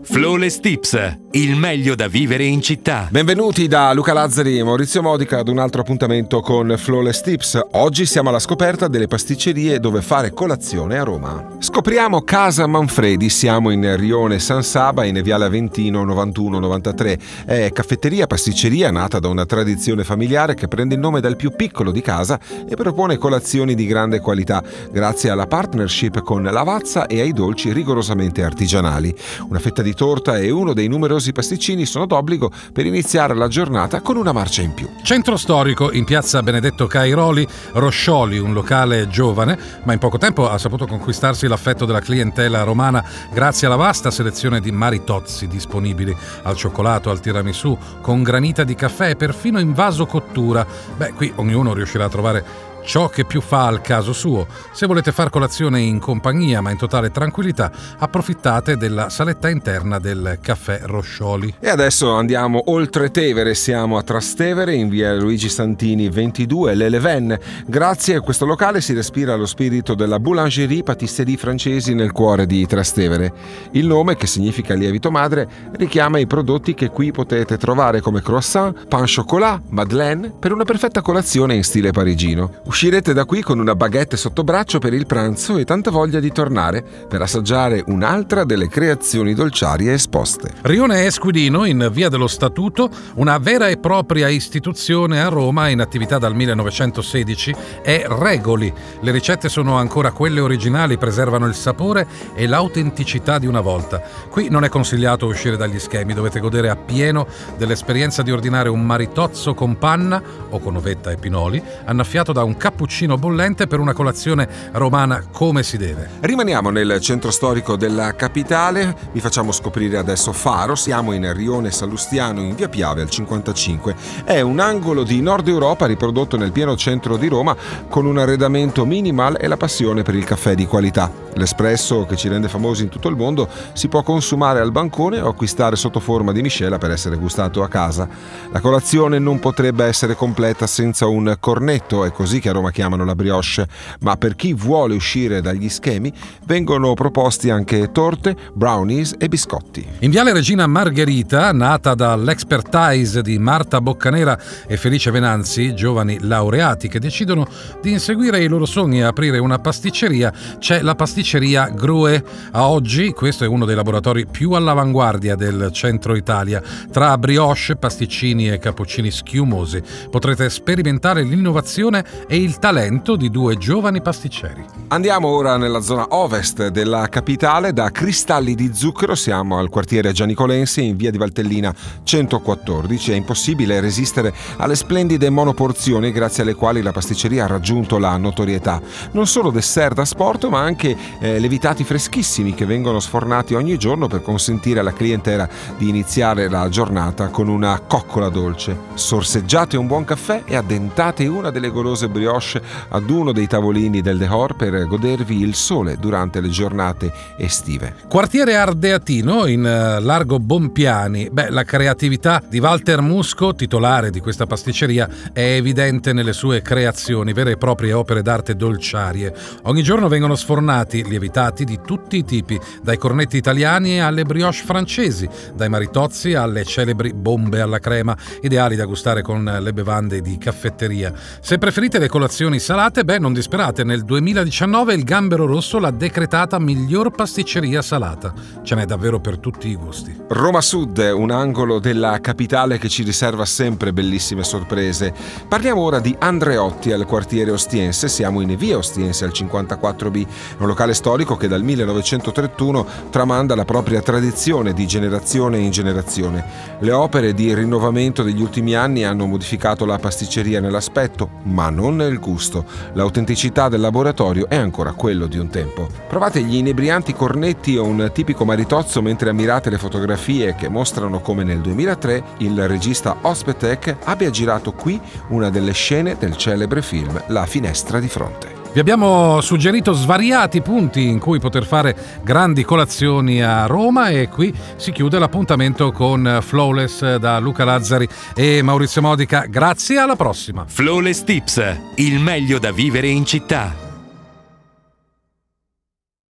Flawless Tips, il meglio da vivere in città. Benvenuti da Luca Lazzari e Maurizio Modica ad un altro appuntamento con Flawless Tips. Oggi siamo alla scoperta delle pasticcerie dove fare colazione a Roma. Scopriamo Casa Manfredi, siamo in Rione San Saba in Viale Aventino 91-93. È caffetteria pasticceria nata da una tradizione familiare che prende il nome dal più piccolo di casa e propone colazioni di grande qualità grazie alla partnership con Lavazza e ai dolci rigorosamente artigianali. Una fetta di torta e uno dei numerosi pasticcini sono d'obbligo per iniziare la giornata con una marcia in più. Centro storico in piazza Benedetto Cairoli, Roscioli, un locale giovane, ma in poco tempo ha saputo conquistarsi l'affetto della clientela romana grazie alla vasta selezione di maritozzi disponibili, al cioccolato, al tiramisù, con granita di caffè e perfino in vaso cottura. Qui ognuno riuscirà a trovare ciò che più fa al caso suo. Se volete far colazione in compagnia ma in totale tranquillità, approfittate della saletta interna del caffè Roscioli. E adesso andiamo oltre Tevere, siamo a Trastevere in via Luigi Santini 22, l'Eleven. Grazie a questo locale si respira lo spirito della boulangerie patisserie francesi nel cuore di Trastevere. Il nome, che significa lievito madre, richiama i prodotti che qui potete trovare come croissant, pain chocolat, madeleine, per una perfetta colazione in stile parigino. Uscirete da qui con una baguette sotto braccio per il pranzo e tanta voglia di tornare per assaggiare un'altra delle creazioni dolciarie esposte. Rione Esquilino in via dello Statuto, una vera e propria istituzione a Roma in attività dal 1916, è Regoli. Le ricette sono ancora quelle originali, preservano il sapore e l'autenticità di una volta. Qui non è consigliato uscire dagli schemi, dovete godere appieno dell'esperienza di ordinare un maritozzo con panna o con ovetta e pinoli, annaffiato da un cappuccino bollente per una colazione romana come si deve. Rimaniamo nel centro storico della capitale, vi facciamo scoprire adesso Faro, siamo in Rione Sallustiano in via Piave al 55. È un angolo di Nord Europa riprodotto nel pieno centro di Roma con un arredamento minimal e la passione per il caffè di qualità. L'espresso, che ci rende famosi in tutto il mondo, si può consumare al bancone o acquistare sotto forma di miscela per essere gustato a casa. La colazione non potrebbe essere completa senza un cornetto, è così che a Roma chiamano la brioche, ma per chi vuole uscire dagli schemi vengono proposti anche torte, brownies e biscotti. In viale Regina Margherita, nata dall'expertise di Marta Boccanera e Felice Venanzi, giovani laureati che decidono di inseguire i loro sogni e aprire una pasticceria, c'è la pasticceria Grue. A oggi questo è uno dei laboratori più all'avanguardia del centro Italia. Tra brioche, pasticcini e cappuccini schiumosi potrete sperimentare l'innovazione e il talento di due giovani pasticceri. Andiamo ora nella zona ovest della capitale. Da Cristalli di Zucchero siamo al quartiere Gianicolense in via di Valtellina 114. È impossibile resistere alle splendide monoporzioni grazie alle quali la pasticceria ha raggiunto la notorietà. Non solo dessert da sport, ma anche lievitati freschissimi che vengono sfornati ogni giorno per consentire alla clientela di iniziare la giornata con una coccola dolce. Sorseggiate un buon caffè e addentate una delle golose brioche ad uno dei tavolini del Dehor per godervi il sole durante le giornate estive. Quartiere Ardeatino in largo Bompiani. La creatività di Walter Musco, titolare di questa pasticceria, è evidente nelle sue creazioni, vere e proprie opere d'arte dolciarie. Ogni giorno vengono sfornati lievitati di tutti i tipi, dai cornetti italiani alle brioche francesi, dai maritozzi alle celebri bombe alla crema, ideali da gustare con le bevande di caffetteria. Se preferite le colazioni salate, non disperate, nel 2019 il Gambero Rosso l'ha decretata miglior pasticceria salata. Ce n'è davvero per tutti i gusti. Roma Sud, un angolo della capitale che ci riserva sempre bellissime sorprese. Parliamo ora di Andreotti al quartiere Ostiense, siamo in via Ostiense al 54B, un locale storico che dal 1931 tramanda la propria tradizione di generazione in generazione. Le opere di rinnovamento degli ultimi anni hanno modificato la pasticceria nell'aspetto, ma non nel gusto. L'autenticità del laboratorio è ancora quello di un tempo. Provate gli inebrianti cornetti o un tipico maritozzo mentre ammirate le fotografie che mostrano come nel 2003 il regista Ospetek abbia girato qui una delle scene del celebre film La finestra di fronte. Vi abbiamo suggerito svariati punti in cui poter fare grandi colazioni a Roma e qui si chiude l'appuntamento con Flawless da Luca Lazzari e Maurizio Modica. Grazie, alla prossima. Flawless Tips, il meglio da vivere in città.